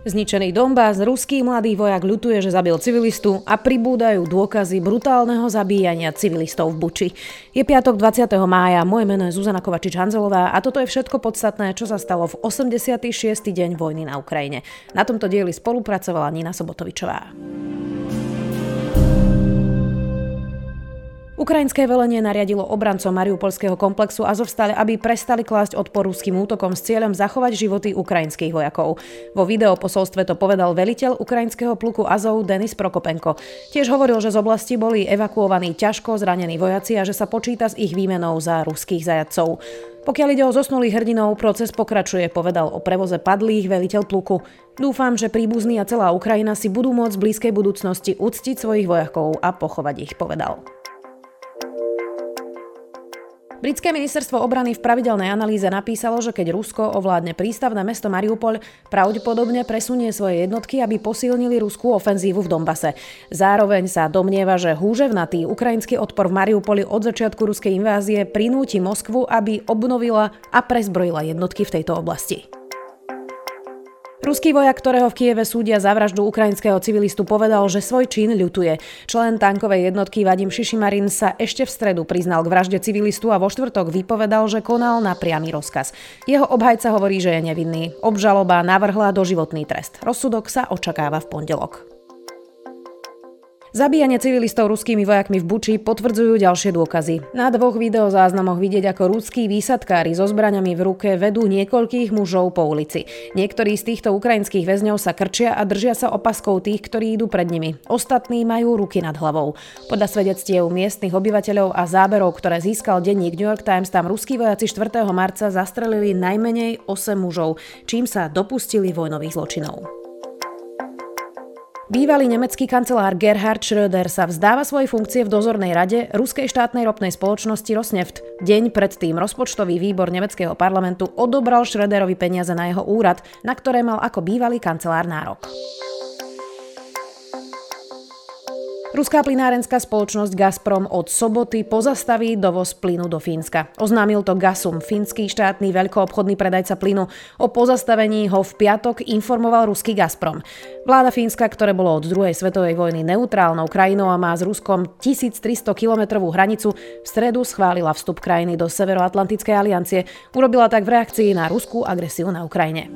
Zničený Donbas, ruský mladý vojak ľutuje, že zabil civilistu a pribúdajú dôkazy brutálneho zabíjania civilistov v Buči. Je piatok 20. mája, moje meno je Zuzana Kovačič-Hanzelová a toto je všetko podstatné, čo sa stalo v 86. deň vojny na Ukrajine. Na tomto dieli spolupracovala Nina Sobotovičová. Ukrajinské velenie nariadilo obrancom mariupolského komplexu Azovstal, aby prestali klásť odpor ruským útokom s cieľom zachovať životy ukrajinských vojakov. Vo videoposolstve to povedal veliteľ ukrajinského pluku Azov Denis Prokopenko. Tiež hovoril, že z oblasti boli evakuovaní ťažko zranení vojaci a že sa počíta s ich výmenou za ruských zajatcov. Pokiaľ ide o zosnulých hrdinov, proces pokračuje, povedal o prevoze padlých veliteľ pluku. Dúfam, že príbuzní a celá Ukrajina si budú môcť v blízkej budúcnosti uctiť svojich vojakov a pochovať ich, povedal. Britské ministerstvo obrany v pravidelnej analýze napísalo, že keď Rusko ovládne prístavné mesto Mariupol, pravdepodobne presunie svoje jednotky, aby posilnili ruskú ofenzívu v Donbase. Zároveň sa domnieva, že húževnatý ukrajinský odpor v Mariupoli od začiatku ruskej invázie prinúti Moskvu, aby obnovila a prezbrojila jednotky v tejto oblasti. Ruský vojak, ktorého v Kieve súdia za vraždu ukrajinského civilistu, povedal, že svoj čin ľutuje. Člen tankovej jednotky Vadim Šišimarin sa ešte v stredu priznal k vražde civilistu a vo štvrtok vypovedal, že konal na priamy rozkaz. Jeho obhajca hovorí, že je nevinný. Obžaloba navrhla doživotný trest. Rozsudok sa očakáva v pondelok. Zabíjanie civilistov ruskými vojakmi v Buči potvrdzujú ďalšie dôkazy. Na dvoch videozáznamoch vidieť, ako ruskí výsadkári so zbraňami v ruke vedú niekoľkých mužov po ulici. Niektorí z týchto ukrajinských väzňov sa krčia a držia sa opaskov tých, ktorí idú pred nimi. Ostatní majú ruky nad hlavou. Podľa svedectiev miestnych obyvateľov a záberov, ktoré získal denník New York Times, tam ruskí vojaci 4. marca zastrelili najmenej 8 mužov, čím sa dopustili vojnových zločinov. Bývalý nemecký kancelár Gerhard Schröder sa vzdáva svojej funkcie v dozornej rade ruskej štátnej ropnej spoločnosti Rosneft. Deň predtým rozpočtový výbor nemeckého parlamentu odobral Schröderovi peniaze na jeho úrad, na ktoré mal ako bývalý kancelár nárok. Ruská plynárenská spoločnosť Gazprom od soboty pozastaví dovoz plynu do Fínska. Oznámil to Gasum, fínsky štátny veľkoobchodný predajca plynu. O pozastavení ho v piatok informoval ruský Gazprom. Vláda Fínska, ktoré bolo od druhej svetovej vojny neutrálnou krajinou a má s Ruskom 1300-kilometrovú hranicu, v stredu schválila vstup krajiny do Severoatlantickej aliancie. Urobila tak v reakcii na ruskú agresiu na Ukrajine.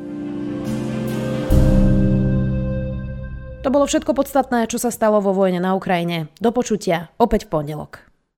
To bolo všetko podstatné, čo sa stalo vo vojne na Ukrajine. Do počutia opäť v pondelok.